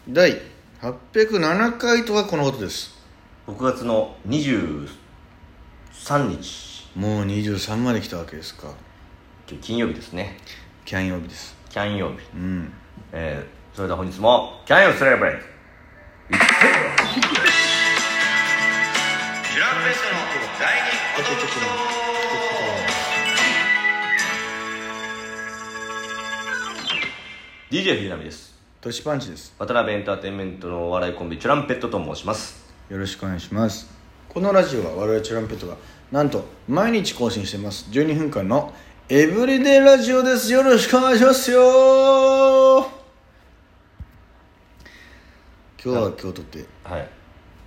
第807回とはこのことです。 6月の23日、 もう23まで来たわけですか。 今日金曜日ですね。 キャン曜日です。 キャン曜日、それでは本日もキャン曜セレブレイトジュランペストの第二DJ 藤波です。 トシパンチです。 渡辺エンターテインメントのお笑いコンビチュランペットと申します。 よろしくお願いします。このラジオは我々チュランペットがなんと毎日更新しています。12分間のエブリデイラジオです。よろしくお願いしますよ。今日は今日とってはい、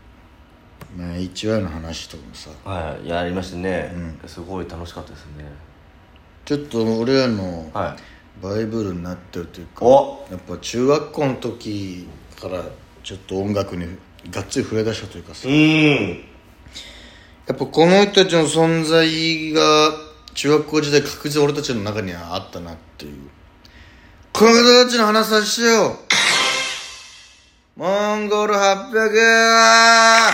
1話の話とかもさ、 はい、やりましたね、すごい楽しかったですね。 ちょっと俺らのはいバイブルになってるというか、 おやっぱ中学校の時からちょっと音楽にがっつり触れ出したというかさ、やっぱこの人たちの存在が中学校時代確実に俺たちの中にはあったなっていう。この方たちの話させてよ。モンゴル800。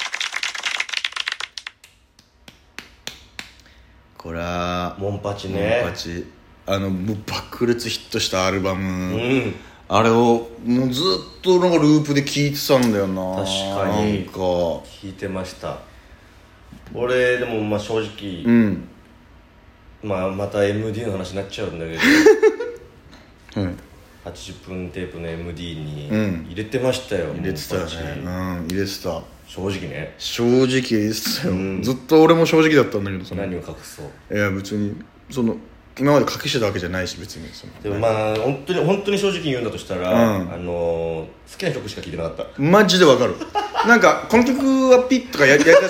これはモンパチね。 モンパチ、もう爆裂ヒットしたアルバム、あれをもうずっとなんかループで聴いてたんだよな。 確かになんか聞いてました。俺でもまあ正直、また MD の話になっちゃうんだけど、80分テープの MD に入れてましたよ。 入れてたよね。入れてた。 正直ね。 正直入れてたよ、ずっと俺も正直だったんだけど、 何を隠そう。 いや別に今まで隠してたわけじゃないし、別にでもまあ本当に正直に言うんだとしたら、好きな曲しか聴いてなかった。 マジでわかる。なんかこの曲はピッとかやりたいさ、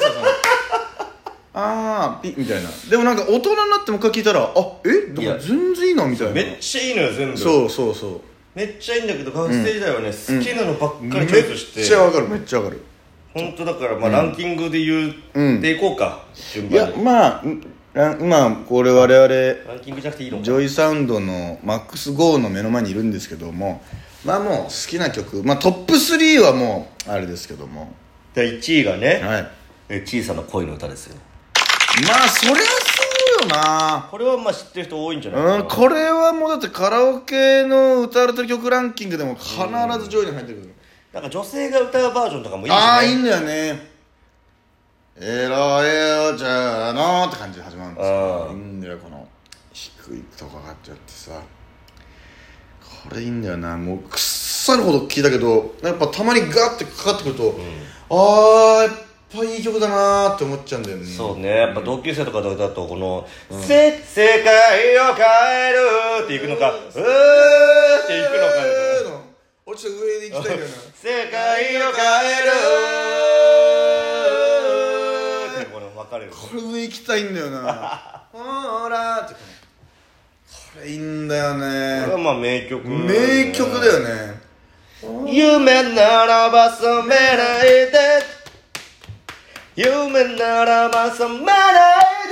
ピッみたいな。でもなんか大人になってもう一回聞いたら、でも全然いいなみたいな。 めっちゃいいのよ全部。 そうめっちゃいいんだけど、学生時代はね、好きなのばっかりチョイスして。 めっちゃわかる。 本当だからまあランキングで言っていこうか、順番に。 いやまあ今これ我々 ランキングじゃなくていいのか、 ジョイサウンドのマックス GO の目の前にいるんですけども、もう好きな曲、トップ3はもうあれですけども、 第1位がね、 はい小さな恋の歌ですよ。 そりゃそうよな。 これはまあ知ってる人多いんじゃないかな。 これはもうだってカラオケの歌われてる曲ランキングでも必ず上位に入ってくる。 なんか女性が歌うバージョンとかもいいしね。 いいんだよね。エロエロじゃのって感じで始まるんですよ。いいんだよ、この低いとこがあっちゃってさ、これいいんだよな。もう腐るほど聞いたけど、やっぱたまにガーってかかってくると、やっぱいい曲だなーって思っちゃうんだよね。 そうね、やっぱ同級生とかだとこの、世界を変えるっていくのか、っていくのか、 落ちて上で行きたいんだよな。 世界を変えるってこれ分かるよね。 これ上行きたいんだよな。ほらーってこれいいんだよね。 これはまあ名曲、 名曲だよね。 夢ならば覚めないで、夢ならば覚めないで、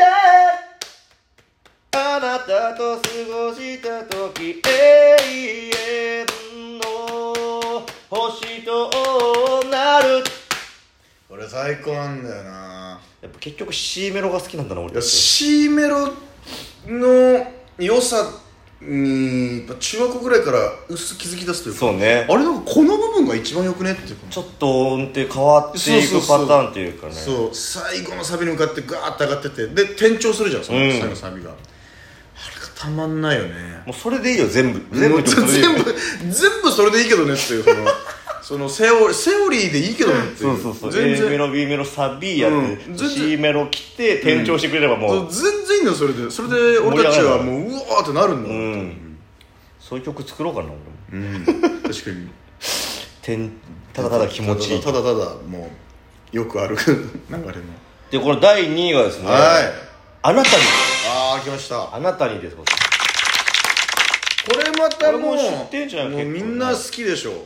あなたと過ごした時、永遠の星となる。 これ最高なんだよな。 やっぱ結局 C メロが好きなんだな俺たち。 C メロの良さに中学校ぐらいから薄気づき出すというか、 そうね、 あれなんかこの部分が一番よくねっていうか、 ちょっと音程変わっていくパターンっていうかね。 そう最後のサビに向かってガーッて上がってて、で転調するじゃん、その最後のサビが、あれがたまんないよね。 もうそれでいいよ、全部全部それでいいけどねっていう、そのセオリーでいいけどねっていう。 そう A メロ B メロサビやって、C メロ来て転調してくれればもう、 全然いいんだよ。それで俺たちはもううわーってなるんだよ、 そういう曲作ろうかな俺も。 確かにただただ気持ちいい、 ただもうよくある流れの。 でこの第2位がですね、あなたに。 来ました。 あなたにです。これまたもう知ってんじゃん、 もうみんな好きでしょ。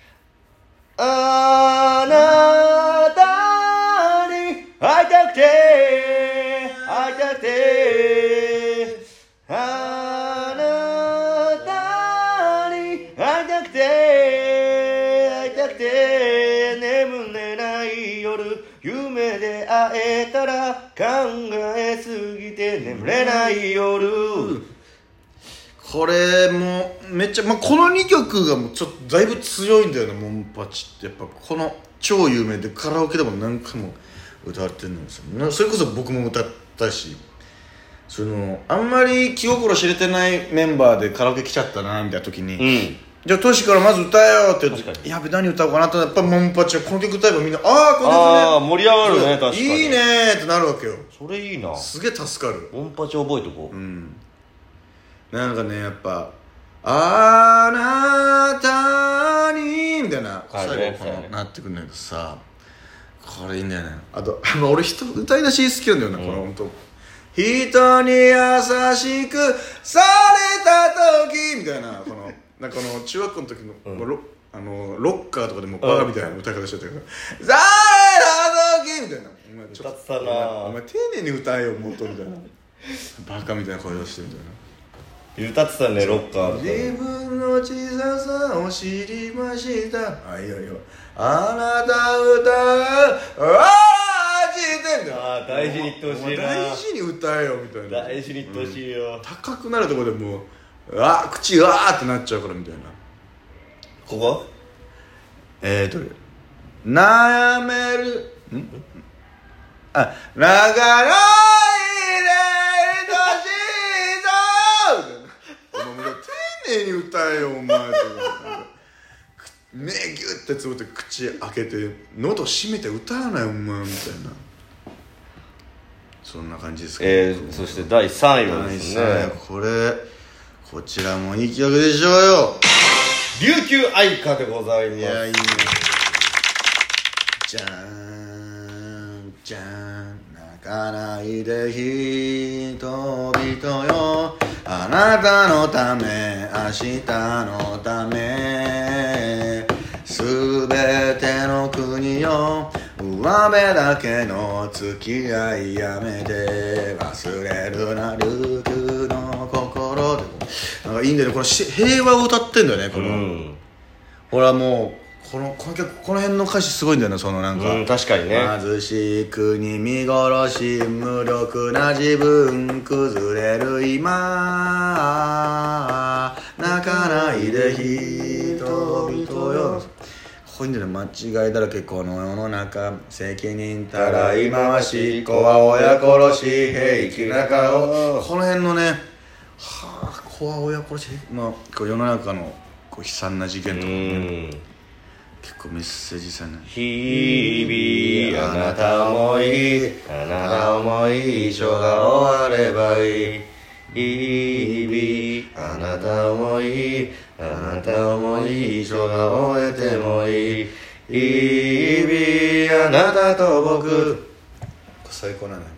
あなたに会いたくてあなたに会いたくてて眠れない夜夢で会えたら考えすぎて眠れない夜。 これもめっちゃ、この2曲がもうちょっとだいぶ強いんだよね。モンパチってやっぱこの超有名でカラオケでも何回も歌われてるんですよ。それこそ僕も歌ったし、あんまり気心知れてないメンバーでカラオケ来ちゃったなみたいな時に、じゃあトシからまず歌えよって言って、やべ何歌おうかなってやっぱモンパチはこの曲歌えばみんなこの曲ね盛り上がるね。確かにいいねーってなるわけよ。 それいいな。 すげえ助かる。 モンパチ覚えとこう。 なんかねやっぱあなたにみたいな最後このなってくんだけどさ、これいいんだよね。あと俺歌い出し好きなんだよね、このほんと人に優しくされた時みたいな、なんか中学校の時の、ロッカーとかでもバカみたいな歌い方してたけど、された時みたいな、お前歌ってたな。 お前丁寧に歌えよもっとみたいなバカみたいな声出してみたいな歌ってたね、ロッカーとか。 自分の小ささを知りました。いいよあなた歌うしてみたいな。 大事に言ってほしいな。 大事に歌えよみたいな。 大事に言ってほしいよ。 高くなるところでもう口ってなっちゃうからみたいな。 ここ悩める長ら丁寧に歌えよお前目ギュッてつぶって口開けて喉閉めて歌わないお前みたいな、そんな感じですけど、 そして第3位はですね、 こちらもいい曲でしょうよ。 琉球愛歌でございます。 いやいいね。じゃーんじゃーん泣かないで人々よ、あなたのため明日のためすべての国よ、上辺だけの付き合いやめて忘れるな琉球の心で、なんかいいんだよね、この平和を歌ってんだよね、ほらもうこの曲この辺の歌詞すごいんだよね、なんか、 確かにね。 貧しい国見殺し無力な自分崩れる今泣かないで人々よ、こういうんだよね。間違いだらけこの世の中、責任たらい回し子は親殺し平気な顔、この辺のね、子は親殺し、こう世の中のこう悲惨な事件とかね、結構メッセージ性ね。 日々あなた思いあなた思い一生が終わればいい、日々あなた思いあなた思い一生が終えてもいい、日々あなたと僕、 最高なのよ。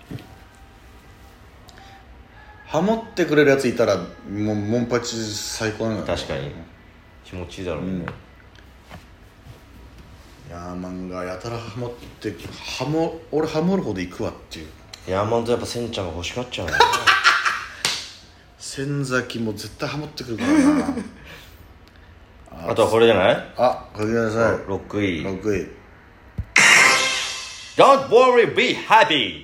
ハモってくれるやついたらもうモンパチ最高なのよ。 確かに気持ちいいだろうね。 ヤーマンがやたらハモって俺ハモるほど行くわっていう。 ヤーマンとやっぱセンちゃんが欲しがっちゃうね仙崎も絶対ハモってくるからなあとはこれじゃない？ これください。 6位 Don't worry, be happy.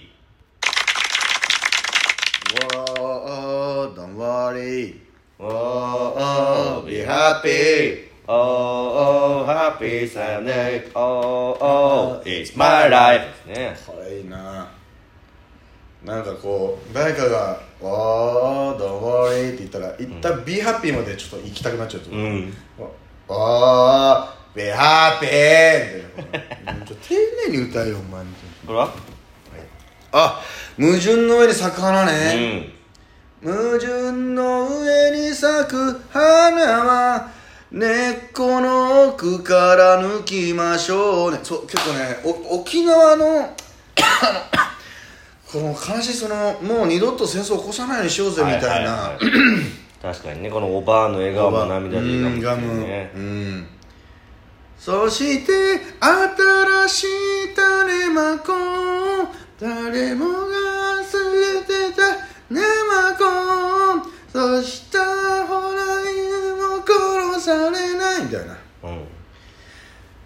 Whoa, don't worry. Whoa, be happy. Oh, happy Sunday. Oh, it's my life. ね。 これいいな。なんかこう誰かが「Whoa, don't worry」って言ったら一旦「be happy」までちょっと行きたくなっちゃうと思う。Whoa, be happy みたいな。丁寧に歌えよお前みたいな。 これは？ 矛盾の上に咲く花ね。矛盾の上に咲く花は根っこの奥から抜きましょうね。そう結構ね沖縄のこの悲しいもう二度と戦争を起こさないようにしようぜみたいな、 確かにね、このおばあの笑顔も涙でガムね。そして新しい種まこ誰もが忘れてたねまこ、そしたほら犬も殺されないみたいな、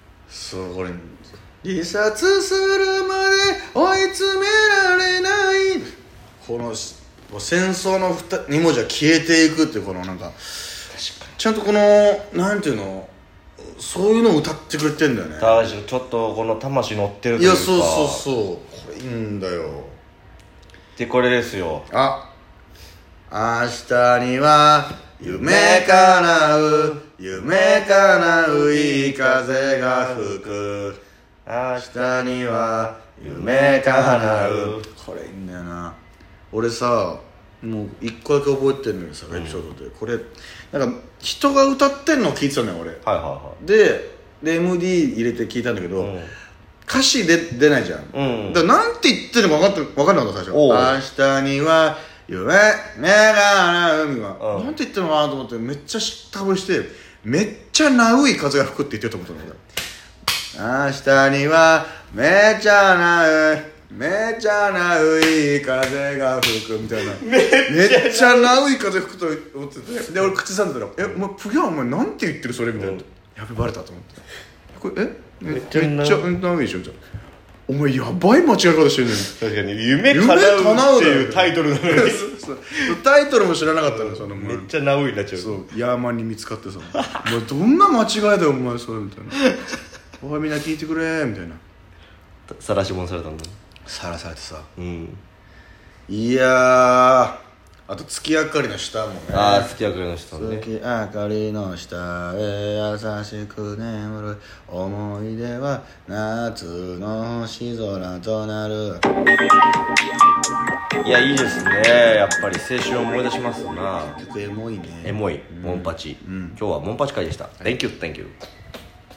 そうこれ自殺するまで追い詰められないこの戦争の2文字は消えていくっていうこのなんかちゃんとこのなんていうのそういうのを歌ってくれてんだよね。 確かにちょっとこの魂乗ってるというか。 いやそうこれいいんだよ。 でこれですよ。 明日には夢叶ういい風が吹く明日には夢叶うこれいいんだよな。俺さもう一個だけ覚えてるのよさエピソードで、これなんか人が歌ってんのを聞いてたのよ俺、で MD 入れて聞いたんだけど、歌詞で出ないじゃん、だからなんて言ってるのか分かんなかった最初。明日には夢叶うみたいな、なんて言ってるのかなと思ってめっちゃ知ったかぶりしてめっちゃナウい風が吹くって言ってると思ったんだけど、明日にはめちゃナウい風が吹くみたいなめっちゃナウい風吹くと思ってて、で俺口さんだったらお前プギャお前なんて言ってるそれみたいな、やべバレたと思って、これめっちゃナウいでしょみたいな、お前やばい間違い方してるねん。 確かに夢叶うっていうタイトルなのにタイトルも知らなかったのそのめっちゃナウイになっちゃう。 そうヤーマンに見つかってさお前どんな間違いだよお前それみたいなおいみんな聞いてくれみたいな晒しもんされたんだ。 さらされてさ、いやあと月明かりの下もね。 月明かりの下ね。 月明かりの下へ優しく眠る思い出は夏の星空となる。 いやいいですね。やっぱり青春を思い出しますな。 結構エモいね。 エモいモンパチ、今日はモンパチ会でした。 Thank you